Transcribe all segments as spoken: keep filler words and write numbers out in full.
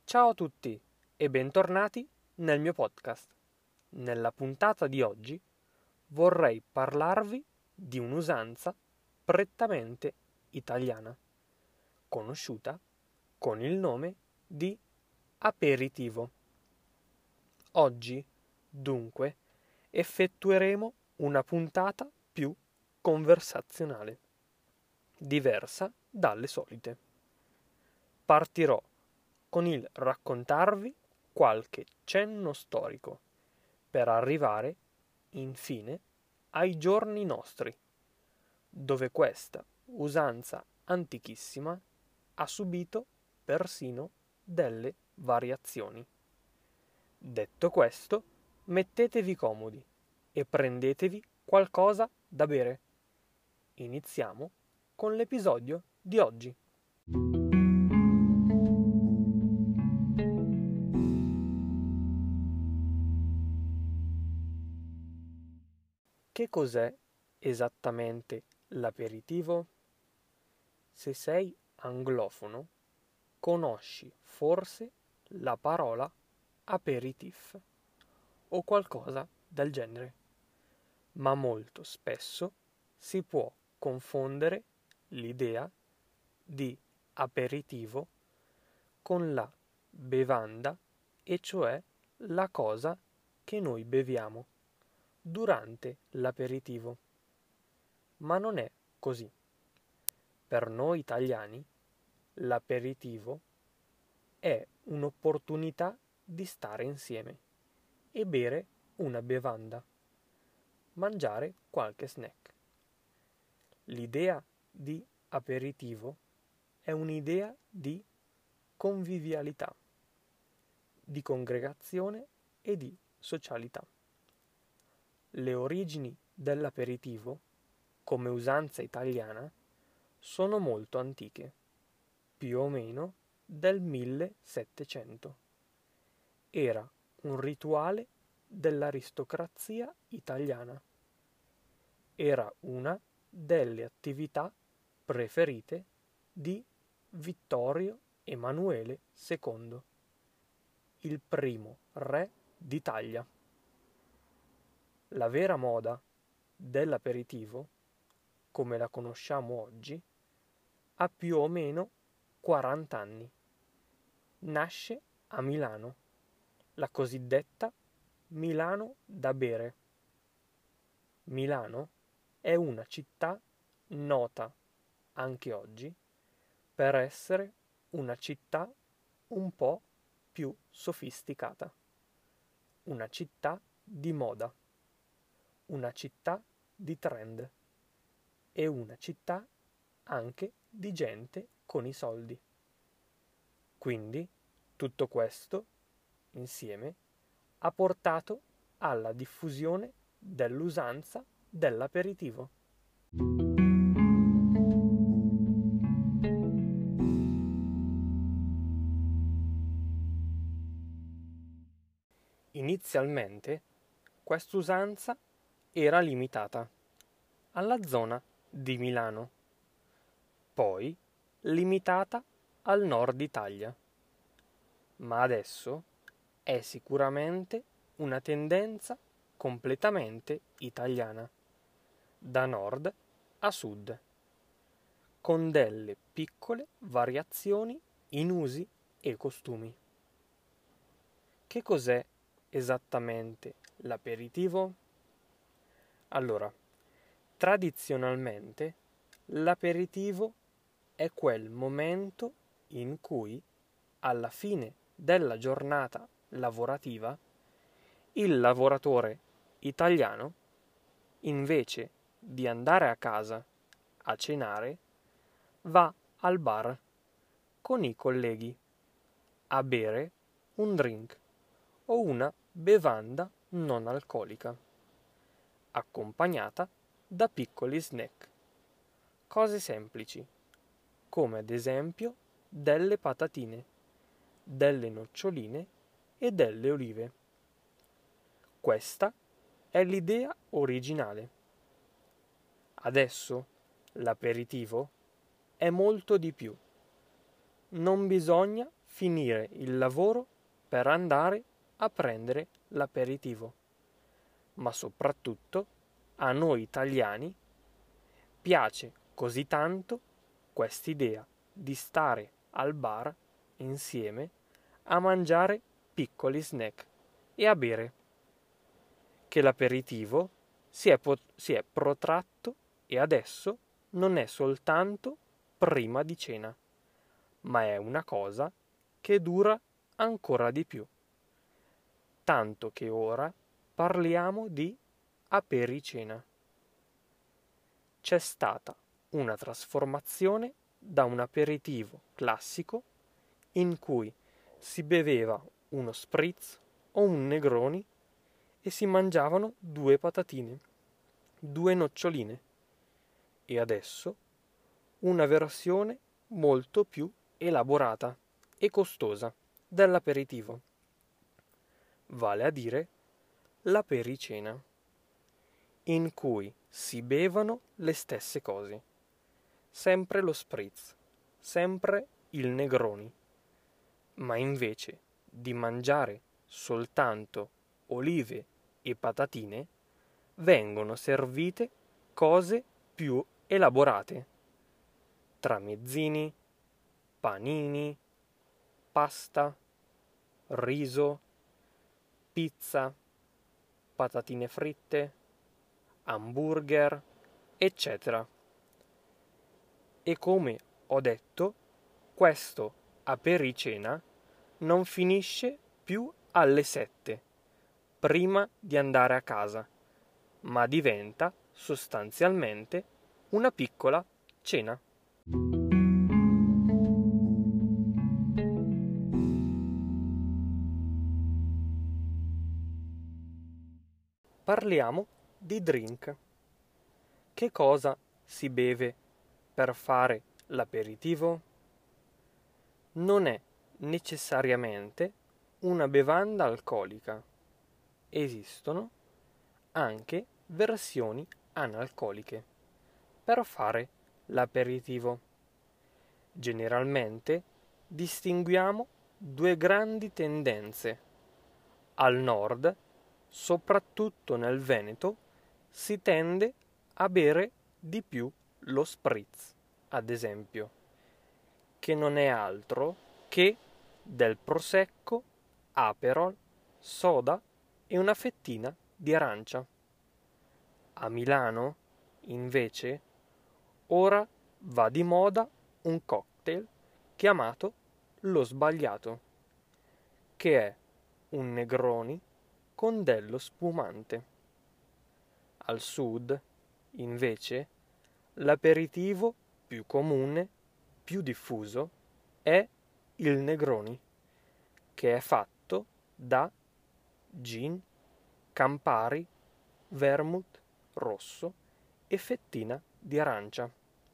Ciao a tutti e bentornati nel mio podcast. Nella puntata di oggi vorrei parlarvi di un'usanza prettamente italiana, conosciuta con il nome di aperitivo. Oggi, dunque, effettueremo una puntata più conversazionale, diversa dalle solite. Partirò con il raccontarvi qualche cenno storico, per arrivare, infine, ai giorni nostri, dove questa usanza antichissima ha subito persino delle variazioni. Detto questo, mettetevi comodi e prendetevi qualcosa da bere. Iniziamo con l'episodio di oggi. Che cos'è esattamente l'aperitivo? Se sei anglofono, conosci forse la parola aperitif o qualcosa del genere, ma molto spesso si può confondere l'idea di aperitivo con la bevanda, e cioè la cosa che noi beviamo durante l'aperitivo. Ma non è così. Per noi italiani l'aperitivo è un'opportunità di stare insieme e bere una bevanda, mangiare qualche snack. L'idea di aperitivo è un'idea di convivialità, di congregazione e di socialità. Le origini dell'aperitivo, come usanza italiana, sono molto antiche, più o meno del millesettecento. Era un rituale dell'aristocrazia italiana. Era una delle attività preferite di Vittorio Emanuele secondo, il primo re d'Italia. La vera moda dell'aperitivo, come la conosciamo oggi, ha più o meno quaranta anni. Nasce a Milano, la cosiddetta Milano da bere. Milano è una città nota anche oggi per essere una città un po' più sofisticata, una città di moda, una città di trend e una città anche di gente con i soldi. Quindi tutto questo insieme ha portato alla diffusione dell'usanza dell'aperitivo. Inizialmente quest'usanza era limitata alla zona di Milano, poi limitata al nord Italia, ma adesso è sicuramente una tendenza completamente italiana, da nord a sud, con delle piccole variazioni in usi e costumi. Che cos'è esattamente l'aperitivo? Allora, tradizionalmente l'aperitivo è quel momento in cui, alla fine della giornata lavorativa, il lavoratore italiano, invece di andare a casa a cenare, va al bar con i colleghi a bere un drink o una bevanda non alcolica, accompagnata da piccoli snack, cose semplici, come ad esempio delle patatine, delle noccioline e delle olive. Questa è l'idea originale. Adesso l'aperitivo è molto di più. Non bisogna finire il lavoro per andare a prendere l'aperitivo. Ma soprattutto a noi italiani piace così tanto quest'idea di stare al bar insieme a mangiare piccoli snack e a bere, che l'aperitivo si è, pot- si è protratto e adesso non è soltanto prima di cena, ma è una cosa che dura ancora di più. Tanto che ora parliamo di apericena. C'è stata una trasformazione da un aperitivo classico in cui si beveva uno spritz o un Negroni e si mangiavano due patatine, due noccioline, e adesso una versione molto più elaborata e costosa dell'aperitivo, vale a dire l'apericena, in cui si bevono le stesse cose, sempre lo spritz, sempre il Negroni, ma invece di mangiare soltanto olive e patatine, vengono servite cose più elaborate, tramezzini, panini, pasta, riso, pizza, patatine fritte, hamburger, eccetera. E come ho detto, questo apericena non finisce più alle sette, prima di andare a casa, ma diventa sostanzialmente una piccola cena. Parliamo di drink. Che cosa si beve per fare l'aperitivo? Non è necessariamente una bevanda alcolica. Esistono anche versioni analcoliche per fare l'aperitivo. Generalmente distinguiamo due grandi tendenze. Al nord, soprattutto nel Veneto, si tende a bere di più lo spritz, ad esempio, che non è altro che del prosecco, aperol, soda e una fettina di arancia. A Milano, invece, ora va di moda un cocktail chiamato lo sbagliato, che è un Negroni con dello spumante. Al sud, invece, l'aperitivo più comune, più diffuso, è il Negroni, che è fatto da gin, Campari, vermouth rosso e fettina di arancia.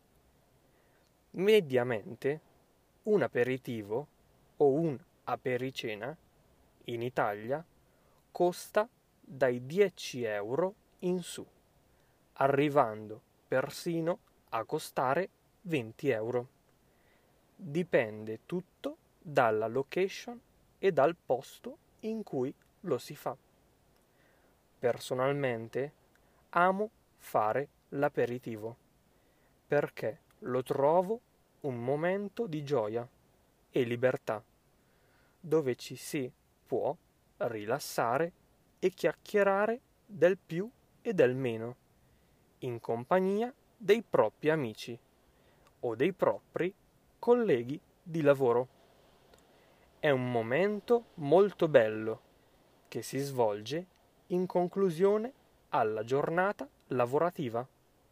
Mediamente, un aperitivo o un apericena in Italia costa dai dieci euro in su, arrivando persino a costare venti euro. Dipende tutto dalla location e dal posto in cui lo si fa. Personalmente amo fare l'aperitivo perché lo trovo un momento di gioia e libertà, dove ci si può rilassare e chiacchierare del più e del meno, in compagnia dei propri amici o dei propri colleghi di lavoro. È un momento molto bello che si svolge in conclusione alla giornata lavorativa.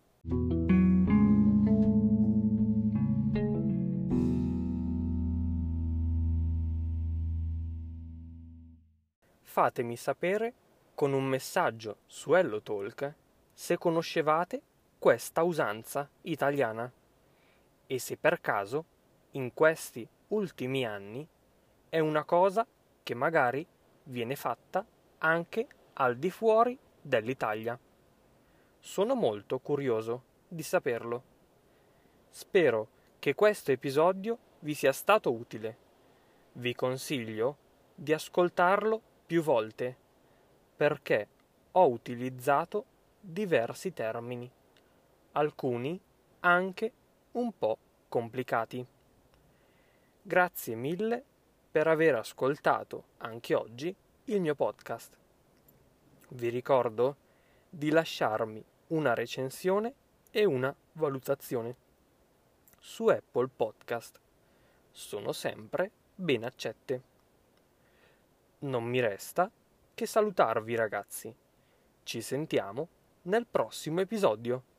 Fatemi sapere con un messaggio su HelloTalk se conoscevate questa usanza italiana e se per caso in questi ultimi anni è una cosa che magari viene fatta anche al di fuori dell'Italia. Sono molto curioso di saperlo. Spero che questo episodio vi sia stato utile. Vi consiglio di ascoltarlo più volte perché ho utilizzato diversi termini, alcuni anche un po' complicati. Grazie mille per aver ascoltato anche oggi il mio podcast. Vi ricordo di lasciarmi una recensione e una valutazione su Apple Podcast. Sono sempre ben accette. Non mi resta che salutarvi, ragazzi. Ci sentiamo nel prossimo episodio.